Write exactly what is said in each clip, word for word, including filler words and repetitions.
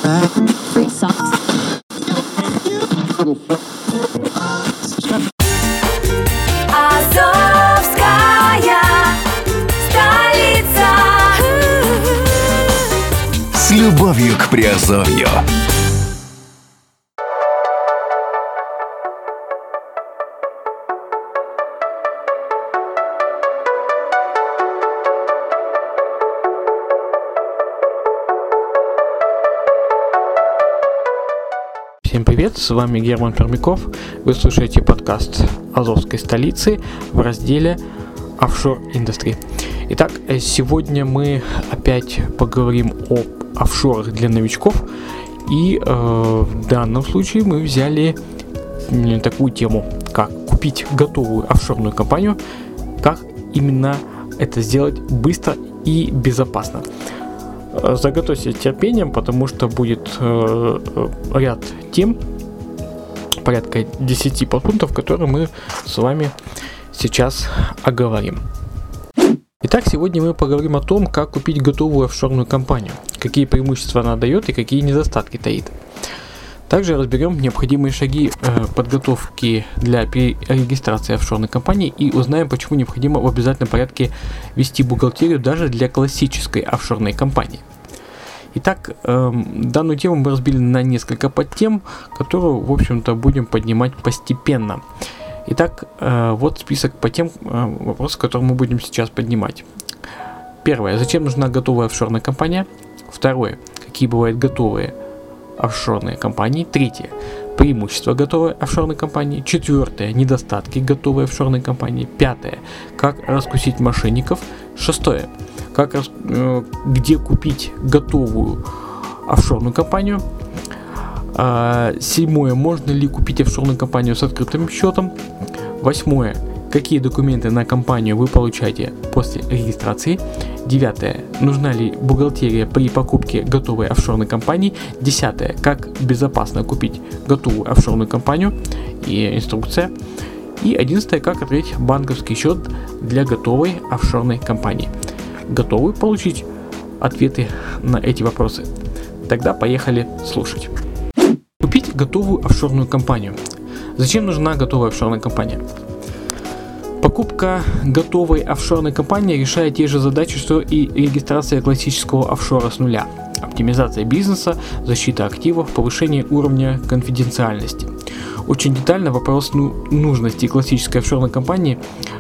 столица. С любовью к Приазовью. Всем привет, с вами Герман Пермяков. Вы слушаете подкаст Азовской столицы в разделе Offshore Industry. Итак, сегодня мы опять поговорим об офшорах для новичков. И э, в данном случае мы взяли такую тему, как купить готовую офшорную компанию, как именно это сделать быстро и безопасно. Заготовьтесь терпением, потому что будет э, ряд тем, порядка десять подпунктов, которые мы с вами сейчас оговорим. Итак, сегодня мы поговорим о том, как купить готовую офшорную компанию, какие преимущества она дает и какие недостатки таит. Также разберем необходимые шаги э, подготовки для регистрации офшорной компании и узнаем, почему необходимо в обязательном порядке вести бухгалтерию даже для классической офшорной компании. Итак, э, данную тему мы разбили на несколько подтем, которую, в общем-то, будем поднимать постепенно. Итак, э, вот список подтем э, вопросов, которые мы будем сейчас поднимать. Первое. Зачем нужна готовая офшорная компания? Второе. Какие бывают готовые офшорные компании. Третье. Преимущества готовой офшорной компании. Четвертое. Недостатки готовой офшорной компании. Пятое. Как раскусить мошенников. Шестое. Как, э, где купить готовую офшорную компанию. Э, седьмое. Можно ли купить офшорную компанию с открытым счетом. Восьмое. Какие документы на компанию вы получаете после регистрации. Девятое. Нужна ли бухгалтерия при покупке готовой офшорной компании. Десятое. Как безопасно купить готовую офшорную компанию и инструкция. И одиннадцатое. Как открыть банковский счет для готовой офшорной компании. Готовы получить ответы на эти вопросы? Тогда поехали слушать. Купить готовую офшорную компанию. Зачем нужна готовая офшорная компания? Покупка готовой офшорной компании решает те же задачи, что и регистрация классического офшора с нуля. Оптимизация бизнеса, защита активов, повышение уровня конфиденциальности. Очень детально вопрос ну, нужности классической офшорной компании,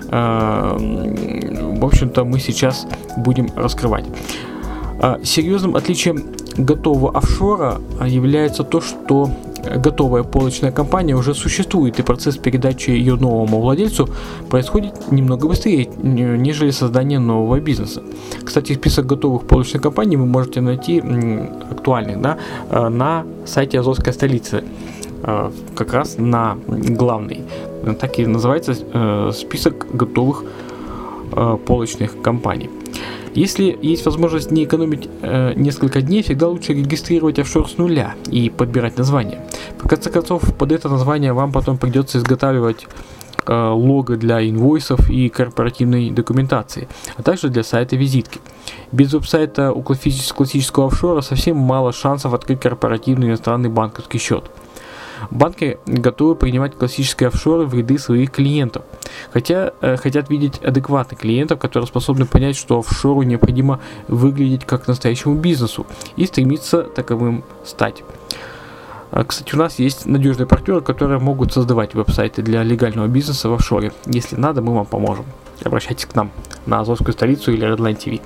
э, в общем-то, мы сейчас будем раскрывать. Э, серьезным отличием готового офшора является то, что готовая полочная компания уже существует, и процесс передачи ее новому владельцу происходит немного быстрее, нежели создание нового бизнеса. Кстати, список готовых полочных компаний вы можете найти актуальных, да, на сайте Азовской столицы, как раз на главный. Так и называется список готовых полочных компаний. Если есть возможность не экономить э, несколько дней, всегда лучше регистрировать офшор с нуля и подбирать название. В конце концов, под это название вам потом придется изготавливать э, лого для инвойсов и корпоративной документации, а также для сайта визитки. Без веб-сайта у классического офшора совсем мало шансов открыть корпоративный иностранный банковский счет. Банки готовы принимать классические офшоры в ряды своих клиентов, хотя э, хотят видеть адекватных клиентов, которые способны понять, что офшору необходимо выглядеть как настоящему бизнесу и стремиться таковым стать. А, кстати, у нас есть надежные партнеры, которые могут создавать веб-сайты для легального бизнеса в офшоре. Если надо, мы вам поможем. Обращайтесь к нам на Азовскую столицу или Redline ти ви.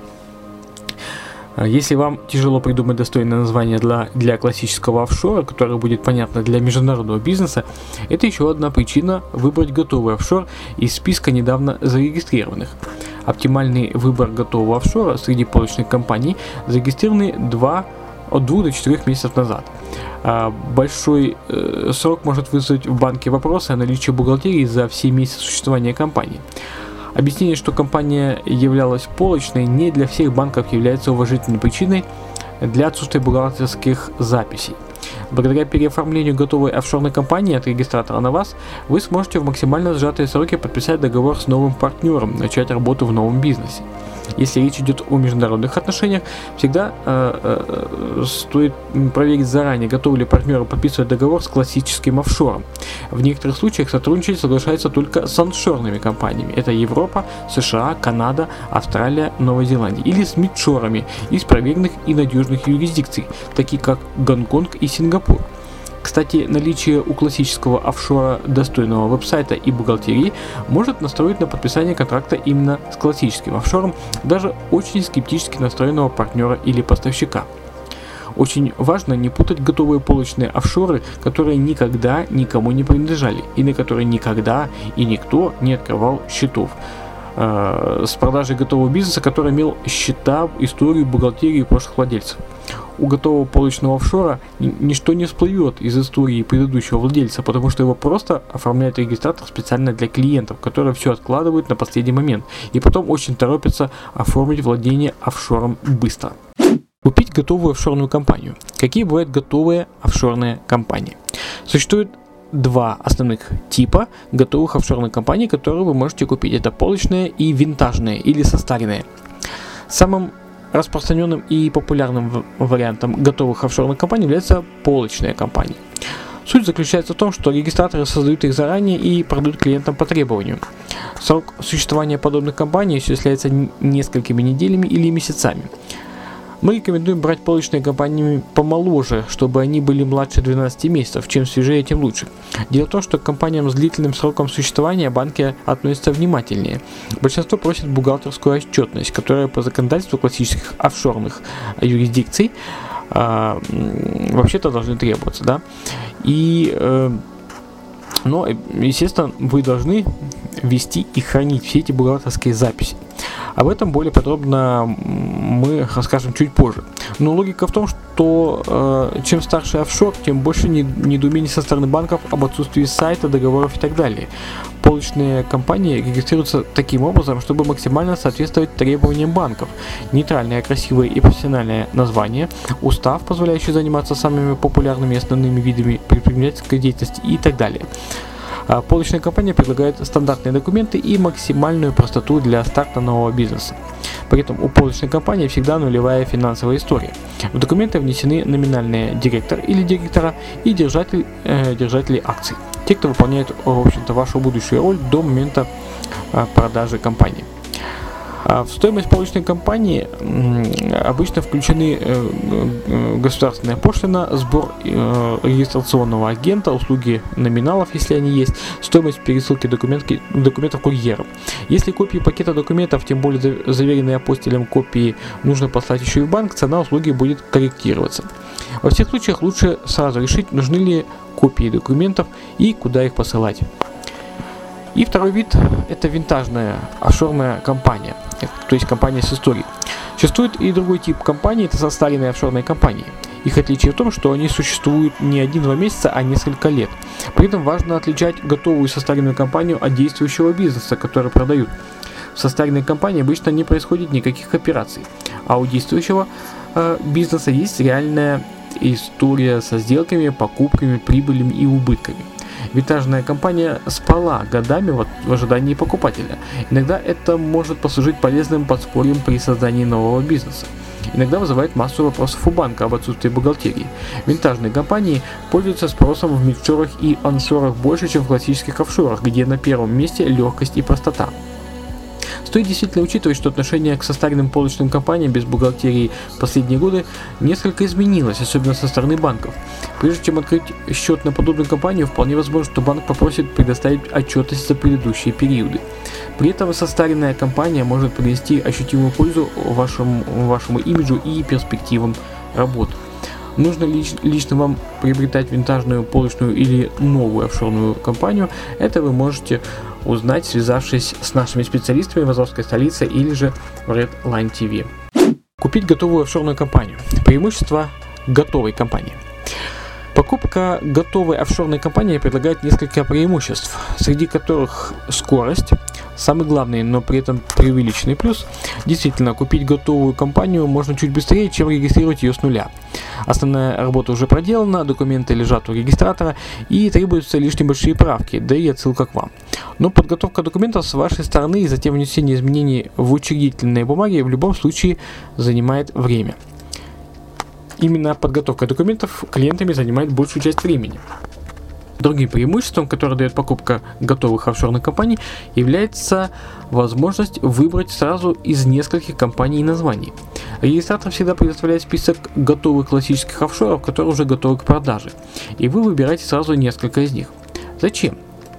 Если вам тяжело придумать достойное название для, для классического офшора, которое будет понятно для международного бизнеса, это еще одна причина выбрать готовый офшор из списка недавно зарегистрированных. Оптимальный выбор готового офшора среди полочных компаний зарегистрированы два, от двух до четырёх месяцев назад. Большой э, срок может вызвать в банке вопросы о наличии бухгалтерии за все месяцы существования компании. Объяснение, что компания являлась полочной, не для всех банков является уважительной причиной для отсутствия бухгалтерских записей. Благодаря переоформлению готовой офшорной компании от регистратора на вас, вы сможете в максимально сжатые сроки подписать договор с новым партнером, начать работу в новом бизнесе. Если речь идет о международных отношениях, всегда э, э, стоит проверить заранее, готовы ли партнеры подписывать договор с классическим офшором. В некоторых случаях сотрудничать соглашается только с оншорными компаниями. Это Европа, США, Канада, Австралия, Новая Зеландия. Или с мидшорами из проверенных и надежных юрисдикций, такие как Гонконг и Сингапур. Кстати, наличие у классического офшора достойного веб-сайта и бухгалтерии может настроить на подписание контракта именно с классическим офшором даже очень скептически настроенного партнера или поставщика. Очень важно не путать готовые полочные офшоры, которые никогда никому не принадлежали и на которые никогда и никто не открывал счетов, э, с продажей готового бизнеса, который имел счета, историю, бухгалтерию прошлых владельцев. У готового полочного офшора ничто не всплывет из истории предыдущего владельца, потому что его просто оформляет регистратор специально для клиентов, которые все откладывают на последний момент и потом очень торопятся оформить владение офшором быстро. Купить готовую офшорную компанию. Какие бывают готовые офшорные компании? Существует два основных типа готовых офшорных компаний, которые вы можете купить. Это полочные и винтажные или состаренные. Самым распространенным и популярным вариантом готовых офшорных компаний является полочные компании. Суть заключается в том, что регистраторы создают их заранее и продают клиентам по требованию. Срок существования подобных компаний исчисляется несколькими неделями или месяцами. Мы рекомендуем брать полочные компании помоложе, чтобы они были младше двенадцати месяцев. Чем свежее, тем лучше. Дело в том, что к компаниям с длительным сроком существования банки относятся внимательнее. Большинство просит бухгалтерскую отчетность, которая по законодательству классических офшорных юрисдикций э, вообще-то должны требоваться. Да? И, э, но, естественно, вы должны вести и хранить все эти бухгалтерские записи. Об этом более подробно мы расскажем чуть позже. Но логика в том, что э, чем старше офшор, тем больше недоумений со стороны банков об отсутствии сайта, договоров и так далее. Полочные компании регистрируются таким образом, чтобы максимально соответствовать требованиям банков. Нейтральное, красивое и профессиональное название, устав, позволяющий заниматься самыми популярными основными видами предпринимательской деятельности и так далее. Полочная компания предлагает стандартные документы и максимальную простоту для старта нового бизнеса. При этом у полочной компании всегда нулевая финансовая история. В документы внесены номинальный директор или директора и держатель, э, держатели акций. Те, кто выполняет, в общем-то, вашу будущую роль до момента э, продажи компании. В стоимость полочной компании обычно включены государственная пошлина, сбор регистрационного агента, услуги номиналов, если они есть, стоимость пересылки документов курьером. Если копии пакета документов, тем более заверенные апостилем копии, нужно послать еще и в банк, цена услуги будет корректироваться. Во всех случаях лучше сразу решить, нужны ли копии документов и куда их посылать. И второй вид – это винтажная офшорная компания, то есть компания с историей. Существует и другой тип компаний – это состаренные офшорные компании. Их отличие в том, что они существуют не один-два месяца, а несколько лет. При этом важно отличать готовую состаренную компанию от действующего бизнеса, который продают. В состаренной компании обычно не происходит никаких операций, а у действующего э, бизнеса есть реальная история со сделками, покупками, прибылями и убытками. Винтажная компания спала годами в ожидании покупателя. Иногда это может послужить полезным подспорьем при создании нового бизнеса. Иногда вызывает массу вопросов у банка об отсутствии бухгалтерии. Винтажные компании пользуются спросом в мидшорах и оншорах больше, чем в классических офшорах, где на первом месте легкость и простота. Стоит действительно учитывать, что отношение к состаренным полочным компаниям без бухгалтерии в последние годы несколько изменилось, особенно со стороны банков. Прежде чем открыть счет на подобную компанию, вполне возможно, что банк попросит предоставить отчетность за предыдущие периоды. При этом состаренная компания может принести ощутимую пользу вашему, вашему имиджу и перспективам работы. Нужно ли лично вам приобретать винтажную, полочную или новую офшорную компанию, это вы можете узнать, связавшись с нашими специалистами в Азовской столице или же в Redline ти ви. Купить готовую офшорную компанию. Преимущества готовой компании. Покупка готовой офшорной компании предлагает несколько преимуществ, среди которых скорость, самый главный, но при этом преувеличенный плюс. Действительно, купить готовую компанию можно чуть быстрее, чем регистрировать ее с нуля. Основная работа уже проделана, документы лежат у регистратора и требуются лишь небольшие правки, да и отсылка к вам. Но подготовка документов с вашей стороны и затем внесение изменений в учредительные бумаги в любом случае занимает время. Именно подготовка документов клиентами занимает большую часть времени. Другим преимуществом, которое дает покупка готовых офшорных компаний, является возможность выбрать сразу из нескольких компаний и названий. Регистратор всегда предоставляет список готовых классических офшоров, которые уже готовы к продаже, и вы выбираете сразу несколько из них. Зачем?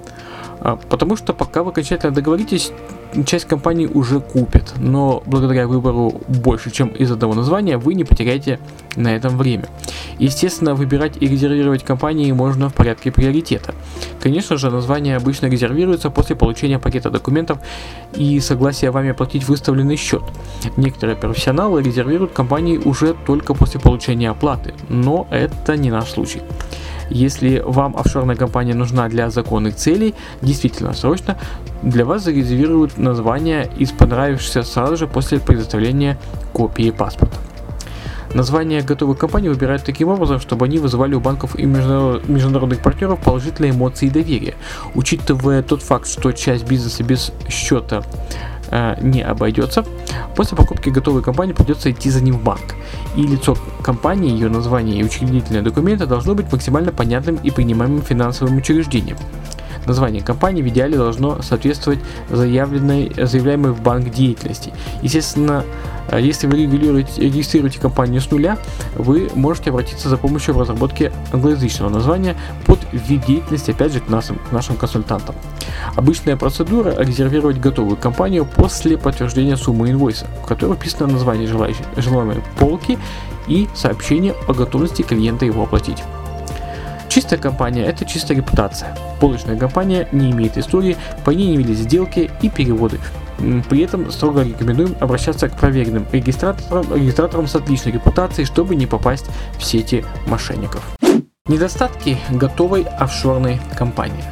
Потому что пока вы окончательно договоритесь, часть компаний уже купят, но благодаря выбору больше, чем из одного названия, вы не потеряете на этом время. Естественно, выбирать и резервировать компании можно в порядке приоритета. Конечно же, название обычно резервируется после получения пакета документов и согласия вами оплатить выставленный счет. Некоторые профессионалы резервируют компании уже только после получения оплаты, но это не наш случай. Если вам офшорная компания нужна для законных целей, действительно срочно, для вас зарезервируют название из понравившихся сразу же после предоставления копии паспорта. Названия готовых компаний выбирают таким образом, чтобы они вызывали у банков и международных партнеров положительные эмоции и доверие. Учитывая тот факт, что часть бизнеса без счета э, не обойдется, после покупки готовой компании придется идти за ним в банк. И лицо компании, ее название и учредительные документы должно быть максимально понятным и принимаемым финансовым учреждением. Название компании в идеале должно соответствовать заявленной, заявляемой в банк деятельности. Естественно, если вы регулируете, регистрируете компанию с нуля, вы можете обратиться за помощью в разработке англоязычного названия под вид деятельности, опять же, к нашим, к нашим консультантам. Обычная процедура – резервировать готовую компанию после подтверждения суммы инвойса, в которой вписано название желаемой полки и сообщение о готовности клиента его оплатить. Чистая компания – это чистая репутация. Полочная компания не имеет истории, по ней не велись сделки и переводы. При этом строго рекомендуем обращаться к проверенным регистраторам, регистраторам с отличной репутацией, чтобы не попасть в сети мошенников. Недостатки готовой офшорной компании.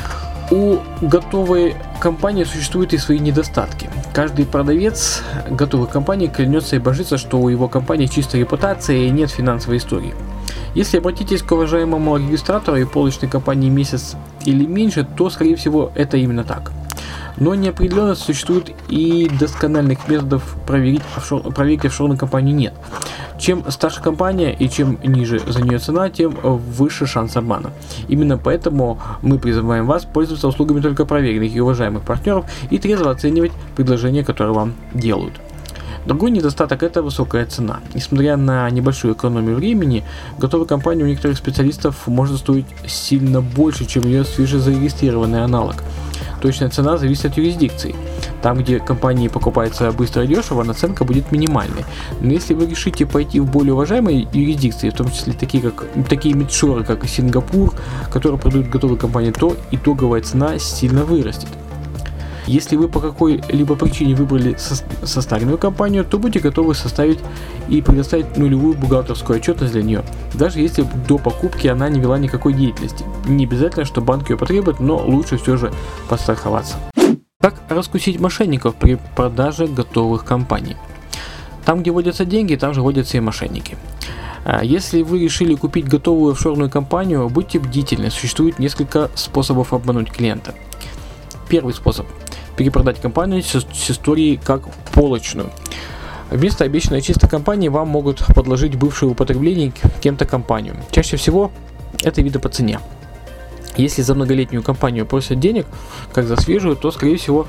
У готовой компании существуют и свои недостатки. Каждый продавец готовых компаний клянется и божится, что у его компании чистая репутация и нет финансовой истории. Если обратитесь к уважаемому регистратору и полочной компании месяц или меньше, то, скорее всего, это именно так. Но неопределенно существует и доскональных методов проверить офшор, проверить офшорную компанию нет. Чем старше компания и чем ниже за нее цена, тем выше шанс обмана. Именно поэтому мы призываем вас пользоваться услугами только проверенных и уважаемых партнеров и трезво оценивать предложения, которые вам делают. Другой недостаток – это высокая цена. Несмотря на небольшую экономию времени, готовая компания у некоторых специалистов может стоить сильно больше, чем ее свежезарегистрированный аналог. Точная цена зависит от юрисдикции. Там, где компании покупаются быстро и дешево, наценка будет минимальной. Но если вы решите пойти в более уважаемые юрисдикции, в том числе такие, как, такие мидшоры, как Сингапур, которые продают готовые компании, то итоговая цена сильно вырастет. Если вы по какой-либо причине выбрали состаренную компанию, то будьте готовы составить и предоставить нулевую бухгалтерскую отчетность для нее, даже если до покупки она не вела никакой деятельности. Не обязательно, что банк ее потребует, но лучше все же подстраховаться. Как раскусить мошенников при продаже готовых компаний? Там, где водятся деньги, там же водятся и мошенники. Если вы решили купить готовую офшорную компанию, будьте бдительны, существует несколько способов обмануть клиента. Первый способ – перепродать компанию с, с историей как полочную. Вместо обещанной чистой компании вам могут подложить бывшее в употреблении кем-то компанию. Чаще всего это видно по цене. Если за многолетнюю компанию просят денег, как за свежую, то, скорее всего,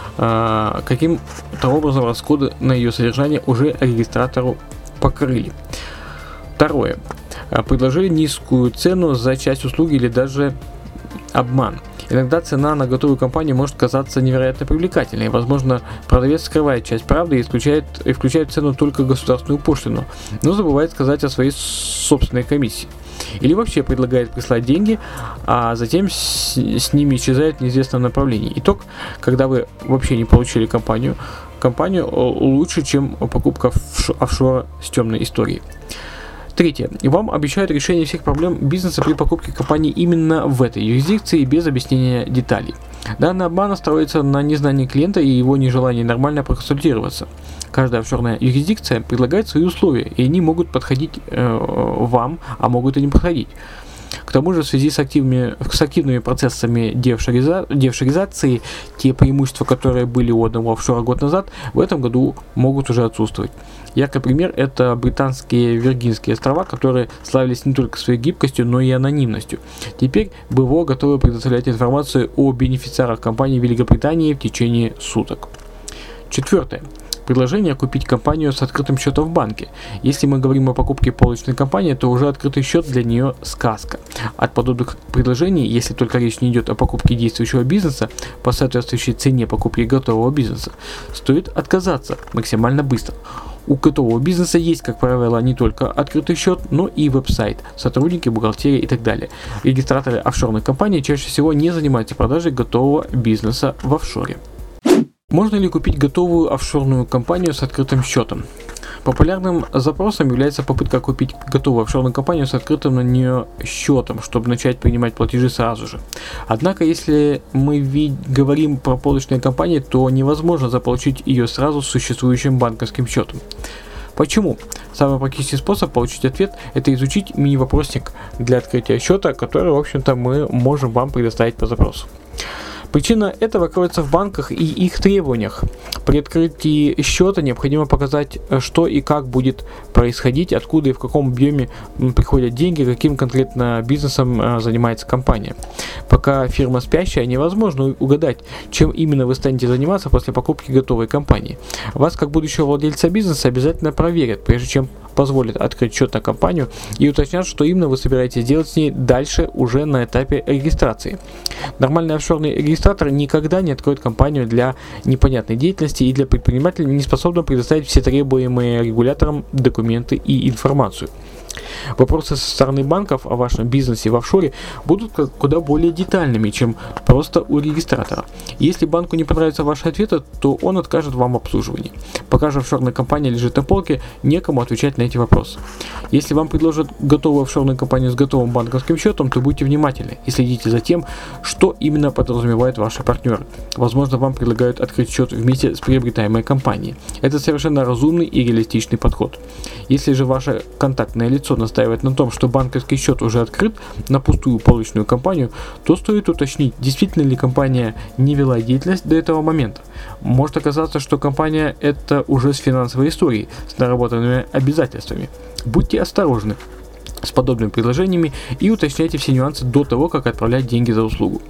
э, каким-то образом расходы на ее содержание уже регистратору покрыли. Второе. Предложили низкую цену за часть услуги или даже обман. Иногда цена на готовую компанию может казаться невероятно привлекательной. Возможно, продавец скрывает часть правды и исключает, и включает в цену только государственную пошлину, но забывает сказать о своей собственной комиссии. Или вообще предлагает прислать деньги, а затем с, с ними исчезает в неизвестном направлении. Итог, когда вы вообще не получили компанию, компанию лучше, чем покупка офшора с темной историей. Третье. Вам обещают решение всех проблем бизнеса при покупке компании именно в этой юрисдикции без объяснения деталей. Данный обман строится на незнании клиента и его нежелании нормально проконсультироваться. Каждая офшорная юрисдикция предлагает свои условия, и они могут подходить э, вам, а могут и не подходить. К тому же, в связи с активными, с активными процессами деофшориза, деофшоризации, те преимущества, которые были у одного офшора год назад, в этом году могут уже отсутствовать. Яркий пример – это британские Виргинские острова, которые славились не только своей гибкостью, но и анонимностью. Теперь БВО готовы предоставлять информацию о бенефициарах компании Великобритании в течение суток. Четвертое. Предложение купить компанию с открытым счетом в банке. Если мы говорим о покупке полочной компании, то уже открытый счет для нее сказка. От подобных предложений, если только речь не идет о покупке действующего бизнеса по соответствующей цене покупки готового бизнеса, стоит отказаться максимально быстро. У готового бизнеса есть, как правило, не только открытый счет, но и веб-сайт, сотрудники, бухгалтерия и так далее. Регистраторы офшорных компаний чаще всего не занимаются продажей готового бизнеса в офшоре. Можно ли купить готовую офшорную компанию с открытым счетом? Популярным запросом является попытка купить готовую офшорную компанию с открытым на нее счетом, чтобы начать принимать платежи сразу же. Однако, если мы ви- говорим про полочные компании, то невозможно заполучить ее сразу с существующим банковским счетом. Почему? Самый практический способ получить ответ – это изучить мини-вопросник для открытия счета, который, в общем-то, мы можем вам предоставить по запросу. Причина этого кроется в банках и их требованиях. При открытии счета необходимо показать, что и как будет происходить, откуда и в каком объеме приходят деньги, каким конкретно бизнесом занимается компания. Пока фирма спящая, невозможно угадать, чем именно вы станете заниматься после покупки готовой компании. Вас, как будущего владельца бизнеса, обязательно проверят, прежде чем позволят открыть счет на компанию и уточнят, что именно вы собираетесь делать с ней дальше уже на этапе регистрации. Нормальный офшорный регистратор никогда не откроет компанию для непонятной деятельности и для предпринимателя, не способного предоставить все требуемые регулятором документы и информацию. Вопросы со стороны банков о вашем бизнесе в офшоре будут куда более детальными, чем просто у регистратора. Если банку не понравятся ваши ответы, то он откажет вам в обслуживании. Пока же офшорная компания лежит на полке, некому отвечать на эти вопросы. Если вам предложат готовую офшорную компанию с готовым банковским счетом, то будьте внимательны и следите за тем, что именно подразумевают ваши партнеры. Возможно, вам предлагают открыть счет вместе с приобретаемой компанией. Это совершенно разумный и реалистичный подход. Если же ваше контактное лицо настаивает на том, что банковский счет уже открыт на пустую полочную компанию, то стоит уточнить, действительно ли компания не вела деятельность до этого момента. Может оказаться, что компания это уже с финансовой историей, с наработанными обязательствами. Будьте осторожны с подобными предложениями и уточняйте все нюансы до того, как отправлять деньги за услугу.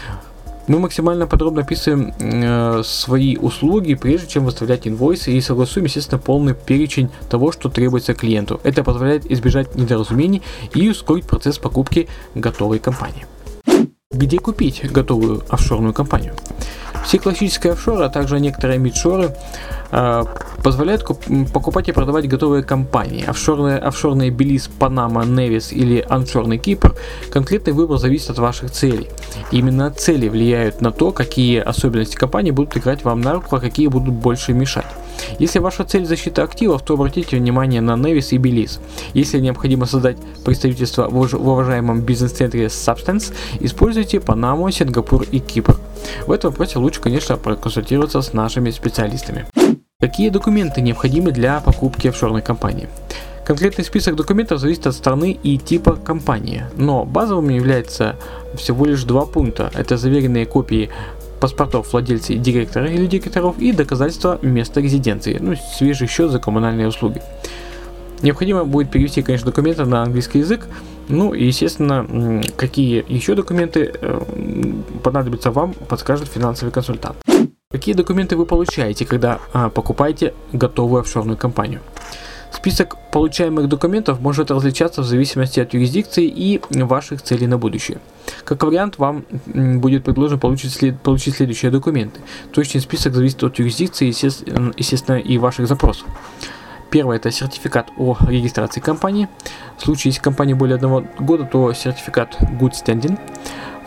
Мы максимально подробно описываем э, свои услуги, прежде чем выставлять инвойсы, и согласуем, естественно, полный перечень того, что требуется клиенту. Это позволяет избежать недоразумений и ускорить процесс покупки готовой компании. Где купить готовую офшорную компанию? Все классические офшоры, а также некоторые мидшоры э, позволяют куп- покупать и продавать готовые компании. Офшорные, офшорные Белиз, Панама, Невис или аншорный Кипр. Конкретный выбор зависит от ваших целей. Именно цели влияют на то, какие особенности компании будут играть вам на руку, а какие будут больше мешать. Если ваша цель защита активов, то обратите внимание на Невис и Белиз. Если необходимо создать представительство в уважаемом бизнес-центре Substance, используйте Панаму, Сингапур и Кипр. В этом вопросе лучше, конечно, проконсультироваться с нашими специалистами. Какие документы необходимы для покупки офшорной компании? Конкретный список документов зависит от страны и типа компании, но базовым является всего лишь два пункта. Это заверенные копии паспортов владельцев, директора или директоров и доказательства места резиденции, ну, свежий счет за коммунальные услуги. Необходимо будет перевести, конечно, документы на английский язык, ну и, естественно, какие еще документы понадобятся вам, подскажет финансовый консультант. Какие документы вы получаете, когда а, покупаете готовую офшорную компанию? Список получаемых документов может различаться в зависимости от юрисдикции и ваших целей на будущее. Как вариант, вам будет предложено получить, след, получить следующие документы. Точный список зависит от юрисдикции, естественно, естественно и ваших запросов. Первое – это сертификат о регистрации компании. В случае, если компании более одного года, то сертификат Good Standing.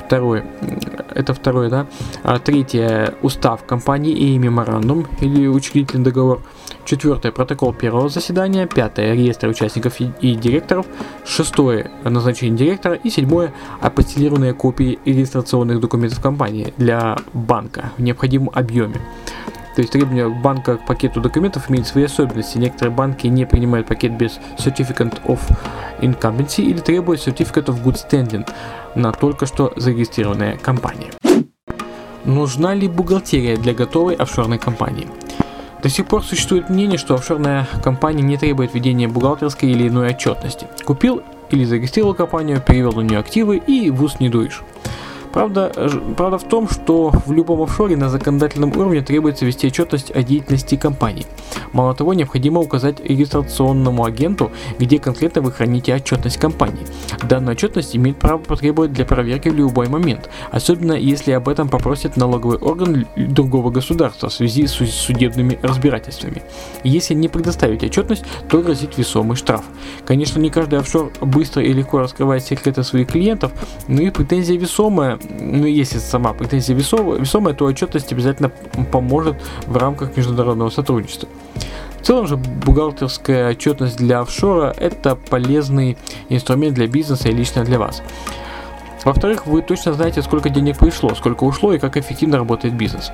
второе, это второе, да. А, третье, устав компании и меморандум или учредительный договор. Четвертое, протокол первого заседания. Пятое, реестр участников и, и директоров. Шестое, назначение директора. И седьмое, апостилированные копии регистрационных документов компании для банка в необходимом объеме. То есть требования банка к пакету документов имеют свои особенности. Некоторые банки не принимают пакет без Certificate of Incumbency или требуют Certificate of Good Standing на только что зарегистрированные компании. Нужна ли бухгалтерия для готовой офшорной компании? До сих пор существует мнение, что офшорная компания не требует ведения бухгалтерской или иной отчетности. Купил или зарегистрировал компанию, перевел на нее активы и в ус не дуешь. Правда, правда в том, что в любом офшоре на законодательном уровне требуется вести отчетность о деятельности компании. Мало того, необходимо указать регистрационному агенту, где конкретно вы храните отчетность компании. Данную отчетность имеет право потребовать для проверки в любой момент, особенно если об этом попросит налоговый орган другого государства в связи с судебными разбирательствами. Если не предоставить отчетность, то грозит весомый штраф. Конечно, не каждый офшор быстро и легко раскрывает секреты своих клиентов, но и претензия весомая. Ну, если сама претензия весомая, весомая, то отчетность обязательно поможет в рамках международного сотрудничества. В целом же бухгалтерская отчетность для офшора – это полезный инструмент для бизнеса и лично для вас. Во-вторых, вы точно знаете, сколько денег пришло, сколько ушло и как эффективно работает бизнес.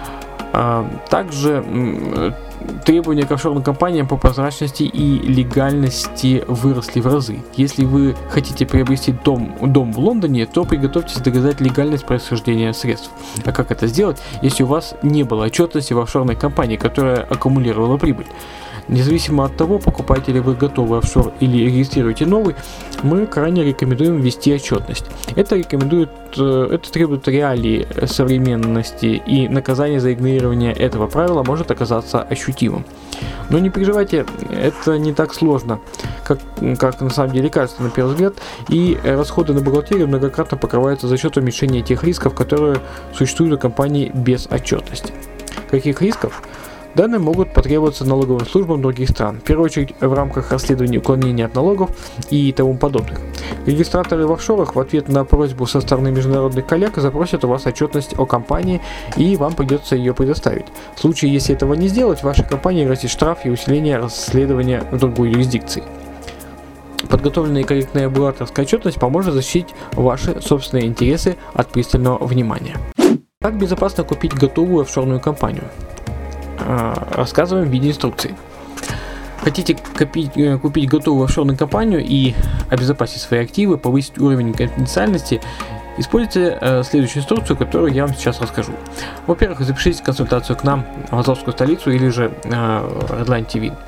Также требования к офшорным компаниям по прозрачности и легальности выросли в разы. Если вы хотите приобрести дом, дом в Лондоне, то приготовьтесь доказать легальность происхождения средств. А как это сделать, если у вас не было отчетности в офшорной компании, которая аккумулировала прибыль? Независимо от того, покупаете ли вы готовый офшор или регистрируете новый, мы крайне рекомендуем ввести отчетность. Это рекомендует, это требует реалий современности, и наказание за игнорирование этого правила может оказаться ощутимым. Но не переживайте, это не так сложно, как, как на самом деле кажется на первый взгляд, и расходы на бухгалтерию многократно покрываются за счет уменьшения тех рисков, которые существуют у компаний без отчетности. Каких рисков? Данные могут потребоваться налоговым службам других стран, в первую очередь в рамках расследования уклонения от налогов и тому подобных. Регистраторы в офшорах в ответ на просьбу со стороны международных коллег запросят у вас отчетность о компании, и вам придется ее предоставить. В случае, если этого не сделать, вашей компании грозит штраф и усиление расследования в другой юрисдикции. Подготовленная и корректная бухгалтерская отчетность поможет защитить ваши собственные интересы от пристального внимания. Как безопасно купить готовую офшорную компанию? Рассказываем в виде инструкции. Хотите купить, купить готовую офшорную компанию и обезопасить свои активы, повысить уровень конфиденциальности, используйте э, следующую инструкцию, которую я вам сейчас расскажу. Во-первых, запишитесь в консультацию к нам в Азовскую столицу или же э, Redline ти ви.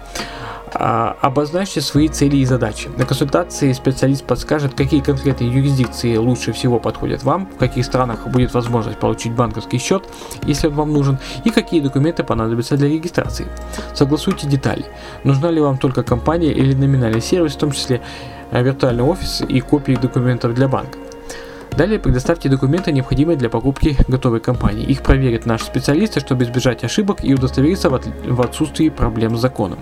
А, обозначьте свои цели и задачи. На консультации специалист подскажет, какие конкретные юрисдикции лучше всего подходят вам, в каких странах будет возможность получить банковский счет, если он вам нужен, и какие документы понадобятся для регистрации. Согласуйте детали. Нужна ли вам только компания или номинальный сервис, в том числе виртуальный офис и копии документов для банка. Далее предоставьте документы, необходимые для покупки готовой компании. Их проверят наши специалисты, чтобы избежать ошибок и удостовериться в, от... в отсутствии проблем с законом.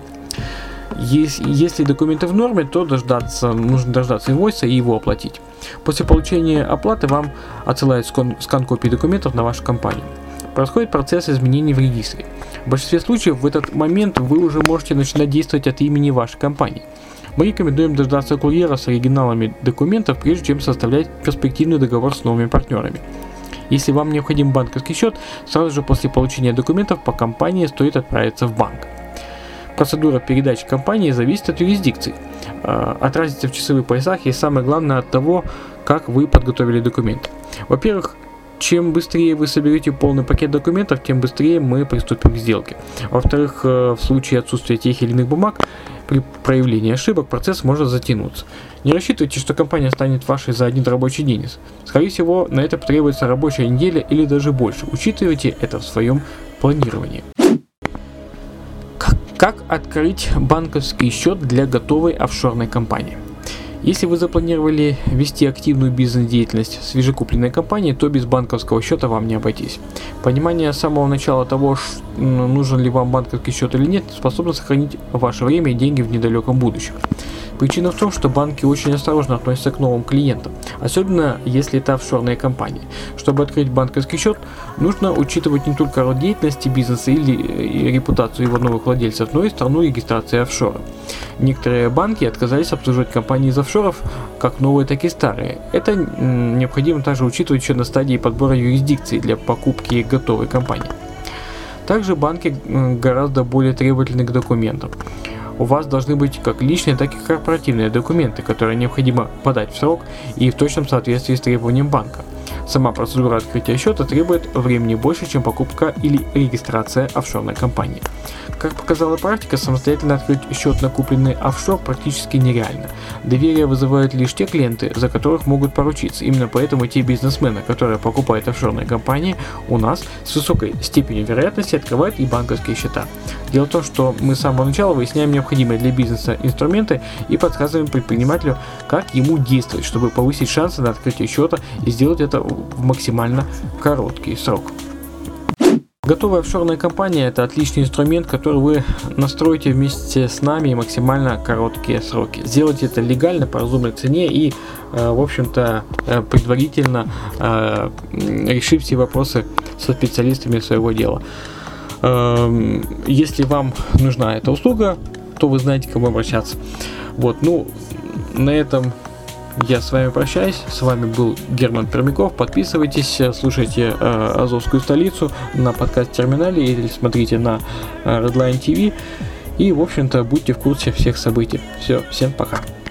Если, если документы в норме, то дождаться, нужно дождаться инвойса и его оплатить. После получения оплаты вам отсылают скан, скан копий документов на вашу компанию. Происходит процесс изменений в регистре. В большинстве случаев в этот момент вы уже можете начинать действовать от имени вашей компании. Мы рекомендуем дождаться курьера с оригиналами документов, прежде чем составлять перспективный договор с новыми партнерами. Если вам необходим банковский счет, сразу же после получения документов по компании стоит отправиться в банк. Процедура передачи компании зависит от юрисдикции, от разницы в часовых поясах и самое главное от того, как вы подготовили документы. Во-первых, чем быстрее вы соберете полный пакет документов, тем быстрее мы приступим к сделке. Во-вторых, в случае отсутствия тех или иных бумаг, при проявлении ошибок процесс может затянуться. Не рассчитывайте, что компания станет вашей за один рабочий день. Скорее всего, на это потребуется рабочая неделя или даже больше. Учитывайте это в своем планировании. Как открыть банковский счет для готовой офшорной компании? Если вы запланировали вести активную бизнес-деятельность в свежекупленной компании, то без банковского счета вам не обойтись. Понимание с самого начала того, нужен ли вам банковский счет или нет, способно сохранить ваше время и деньги в недалеком будущем. Причина в том, что банки очень осторожно относятся к новым клиентам, особенно если это офшорные компании. Чтобы открыть банковский счет, нужно учитывать не только род деятельности бизнеса или репутацию его новых владельцев, но и страну регистрации офшора. Некоторые банки отказались обслуживать компании из офшоров, как новые, так и старые. Это необходимо также учитывать еще на стадии подбора юрисдикции для покупки готовой компании. Также банки гораздо более требовательны к документам. У вас должны быть как личные, так и корпоративные документы, которые необходимо подать в срок и в точном соответствии с требованием банка. Сама процедура открытия счета требует времени больше, чем покупка или регистрация офшорной компании. Как показала практика, самостоятельно открыть счет на купленный офшор практически нереально. Доверие вызывают лишь те клиенты, за которых могут поручиться. Именно поэтому те бизнесмены, которые покупают офшорные компании, у нас с высокой степенью вероятности открывают и банковские счета. Дело в том, что мы с самого начала выясняем необходимые для бизнеса инструменты и подсказываем предпринимателю, как ему действовать, чтобы повысить шансы на открытие счета и сделать это в максимально короткий срок. Готовая офшорная компания – это отличный инструмент, который вы настроите вместе с нами в максимально короткие сроки. Сделайте это легально, по разумной цене и, в общем-то, предварительно решив все вопросы со специалистами своего дела. Если вам нужна эта услуга, то вы знаете, к кому обращаться. Вот, ну, на этом я с вами прощаюсь. С вами был Герман Пермяков. Подписывайтесь, слушайте э, Азовскую столицу на подкаст-терминале или смотрите на э, Redline ти ви. И, в общем-то, будьте в курсе всех событий. Все, всем пока.